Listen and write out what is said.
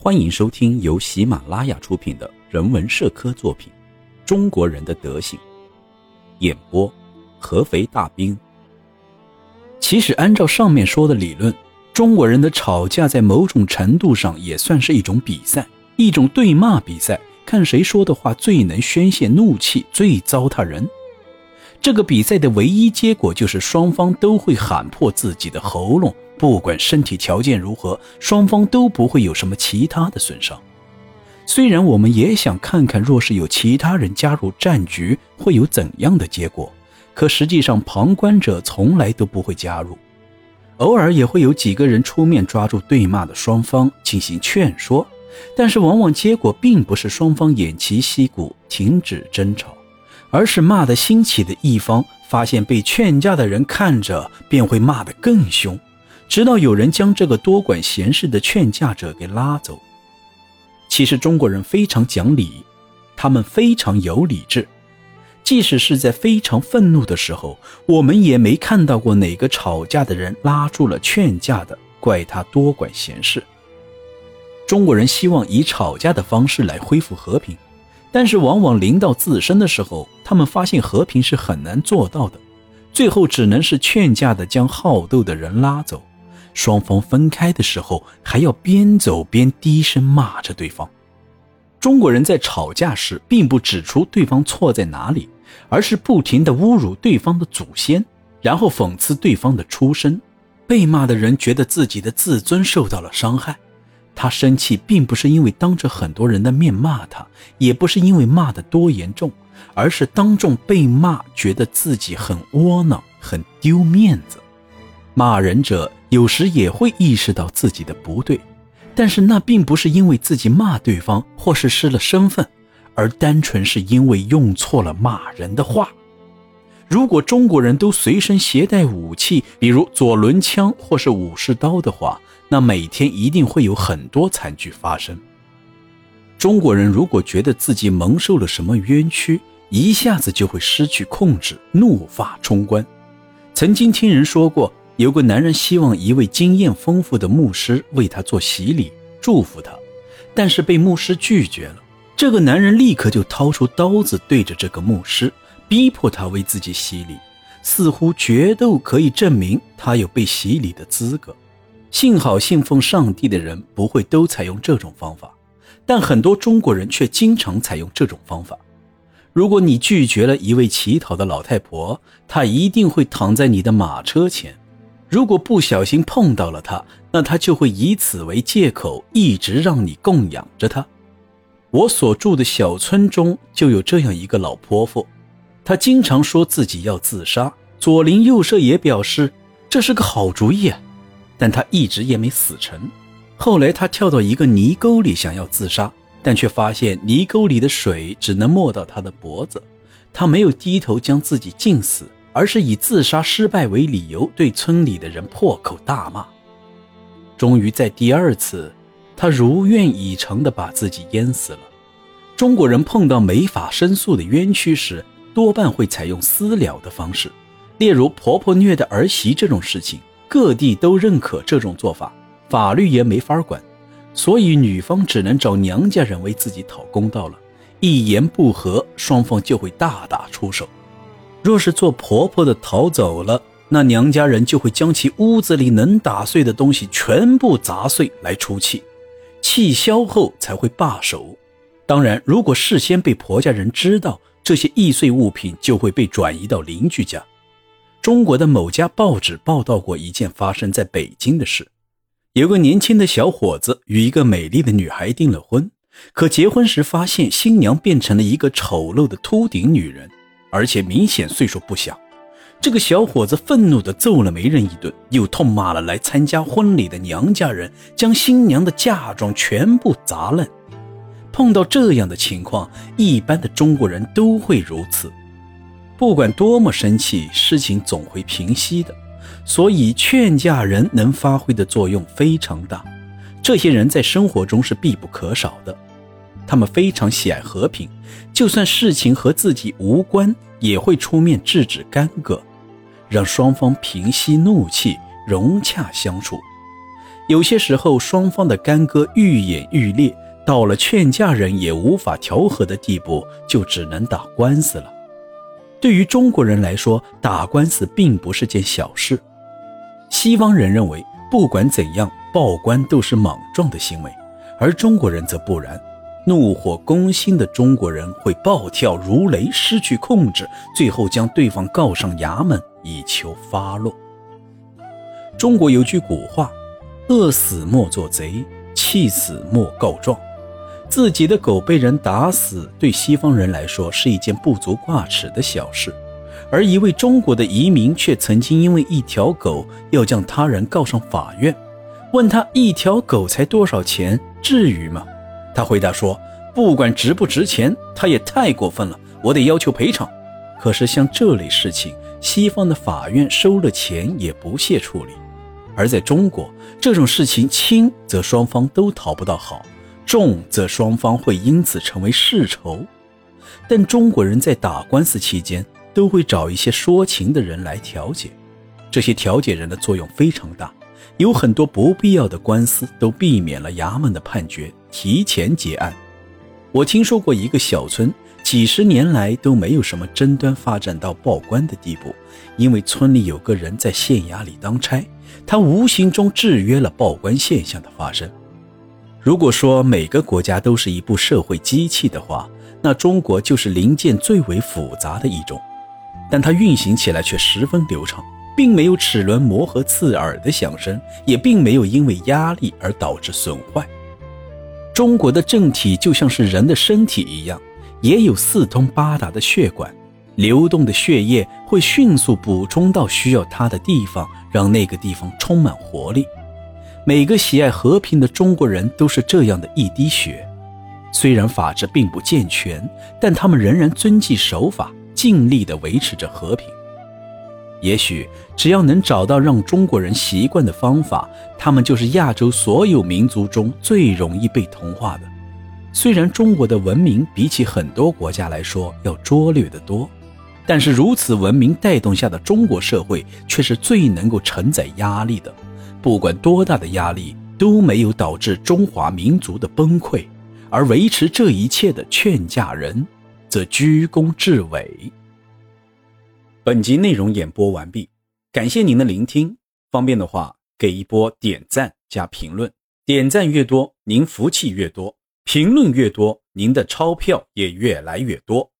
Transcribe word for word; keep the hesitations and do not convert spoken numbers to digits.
欢迎收听由喜马拉雅出品的人文社科作品《中国人的德行》，演播合肥大兵。其实按照上面说的理论，中国人的吵架在某种程度上也算是一种比赛，一种对骂比赛，看谁说的话最能宣泄怒气，最糟蹋人。这个比赛的唯一结果就是双方都会喊破自己的喉咙，不管身体条件如何，双方都不会有什么其他的损伤。虽然我们也想看看若是有其他人加入战局会有怎样的结果，可实际上旁观者从来都不会加入，偶尔也会有几个人出面抓住对骂的双方进行劝说，但是往往结果并不是双方偃旗息鼓停止争吵，而是骂得兴起的一方发现被劝架的人看着便会骂得更凶，直到有人将这个多管闲事的劝架者给拉走。其实中国人非常讲理，他们非常有理智，即使是在非常愤怒的时候，我们也没看到过哪个吵架的人拉住了劝架的，怪他多管闲事。中国人希望以吵架的方式来恢复和平，但是往往临到自身的时候，他们发现和平是很难做到的，最后只能是劝架的将好斗的人拉走，双方分开的时候还要边走边低声骂着对方。中国人在吵架时并不指出对方错在哪里，而是不停地侮辱对方的祖先，然后讽刺对方的出身。被骂的人觉得自己的自尊受到了伤害，他生气并不是因为当着很多人的面骂他，也不是因为骂得多严重，而是当众被骂觉得自己很窝囊，很丢面子。骂人者有时也会意识到自己的不对，但是那并不是因为自己骂对方或是失了身份，而单纯是因为用错了骂人的话。如果中国人都随身携带武器，比如左轮枪或是武士刀的话，那每天一定会有很多惨剧发生。中国人如果觉得自己蒙受了什么冤屈，一下子就会失去控制，怒发冲冠。曾经听人说过，有个男人希望一位经验丰富的牧师为他做洗礼，祝福他，但是被牧师拒绝了。这个男人立刻就掏出刀子对着这个牧师，逼迫他为自己洗礼，似乎决斗可以证明他有被洗礼的资格。幸好信奉上帝的人不会都采用这种方法，但很多中国人却经常采用这种方法。如果你拒绝了一位乞讨的老太婆，她一定会躺在你的马车前，如果不小心碰到了她，那她就会以此为借口一直让你供养着她。我所住的小村中就有这样一个老泼妇，她经常说自己要自杀，左邻右舍也表示这是个好主意啊，但他一直也没死成。后来他跳到一个泥沟里想要自杀，但却发现泥沟里的水只能没到他的脖子，他没有低头将自己浸死，而是以自杀失败为理由对村里的人破口大骂。终于在第二次，他如愿以偿地把自己淹死了。中国人碰到没法申诉的冤屈时，多半会采用私了的方式，例如婆婆虐待儿媳这种事情，各地都认可这种做法，法律也没法管，所以女方只能找娘家人为自己讨公道了。一言不合，双方就会大打出手。若是做婆婆的逃走了，那娘家人就会将其屋子里能打碎的东西全部砸碎来出气，气消后才会罢手。当然，如果事先被婆家人知道，这些易碎物品就会被转移到邻居家。中国的某家报纸报道过一件发生在北京的事，有个年轻的小伙子与一个美丽的女孩订了婚，可结婚时发现新娘变成了一个丑陋的秃顶女人，而且明显岁数不小。这个小伙子愤怒地揍了媒人一顿，又痛骂了来参加婚礼的娘家人，将新娘的嫁妆全部砸烂。碰到这样的情况，一般的中国人都会如此。不管多么生气，事情总会平息的，所以劝架人能发挥的作用非常大。这些人在生活中是必不可少的，他们非常喜爱和平，就算事情和自己无关，也会出面制止干戈，让双方平息怒气，融洽相处。 有些时候双方的干戈愈演愈烈，到了劝架人也无法调和的地步，就只能打官司了。对于中国人来说，打官司并不是件小事。西方人认为不管怎样，报官都是莽撞的行为，而中国人则不然。怒火攻心的中国人会暴跳如雷，失去控制，最后将对方告上衙门，以求发落。中国有句古话，饿死莫做贼，气死莫告状。自己的狗被人打死，对西方人来说是一件不足挂齿的小事，而一位中国的移民却曾经因为一条狗要将他人告上法院。问他一条狗才多少钱，至于吗？他回答说，不管值不值钱，他也太过分了，我得要求赔偿。可是像这类事情，西方的法院收了钱也不屑处理，而在中国，这种事情轻则双方都讨不到好，重则双方会因此成为世仇。但中国人在打官司期间都会找一些说情的人来调解，这些调解人的作用非常大，有很多不必要的官司都避免了衙门的判决，提前结案。我听说过一个小村几十年来都没有什么争端发展到报官的地步，因为村里有个人在县衙里当差，他无形中制约了报官现象的发生。如果说每个国家都是一部社会机器的话，那中国就是零件最为复杂的一种，但它运行起来却十分流畅，并没有齿轮磨合刺耳的响声，也并没有因为压力而导致损坏。中国的政体就像是人的身体一样，也有四通八达的血管，流动的血液会迅速补充到需要它的地方，让那个地方充满活力。每个喜爱和平的中国人都是这样的一滴血。虽然法治并不健全，但他们仍然遵纪守法，尽力地维持着和平。也许只要能找到让中国人习惯的方法，他们就是亚洲所有民族中最容易被同化的。虽然中国的文明比起很多国家来说要拙劣得多，但是如此文明带动下的中国社会却是最能够承载压力的，不管多大的压力都没有导致中华民族的崩溃，而维持这一切的劝架人则居功至伟。本集内容演播完毕，感谢您的聆听，方便的话给一波点赞加评论，点赞越多您福气越多，评论越多您的钞票也越来越多。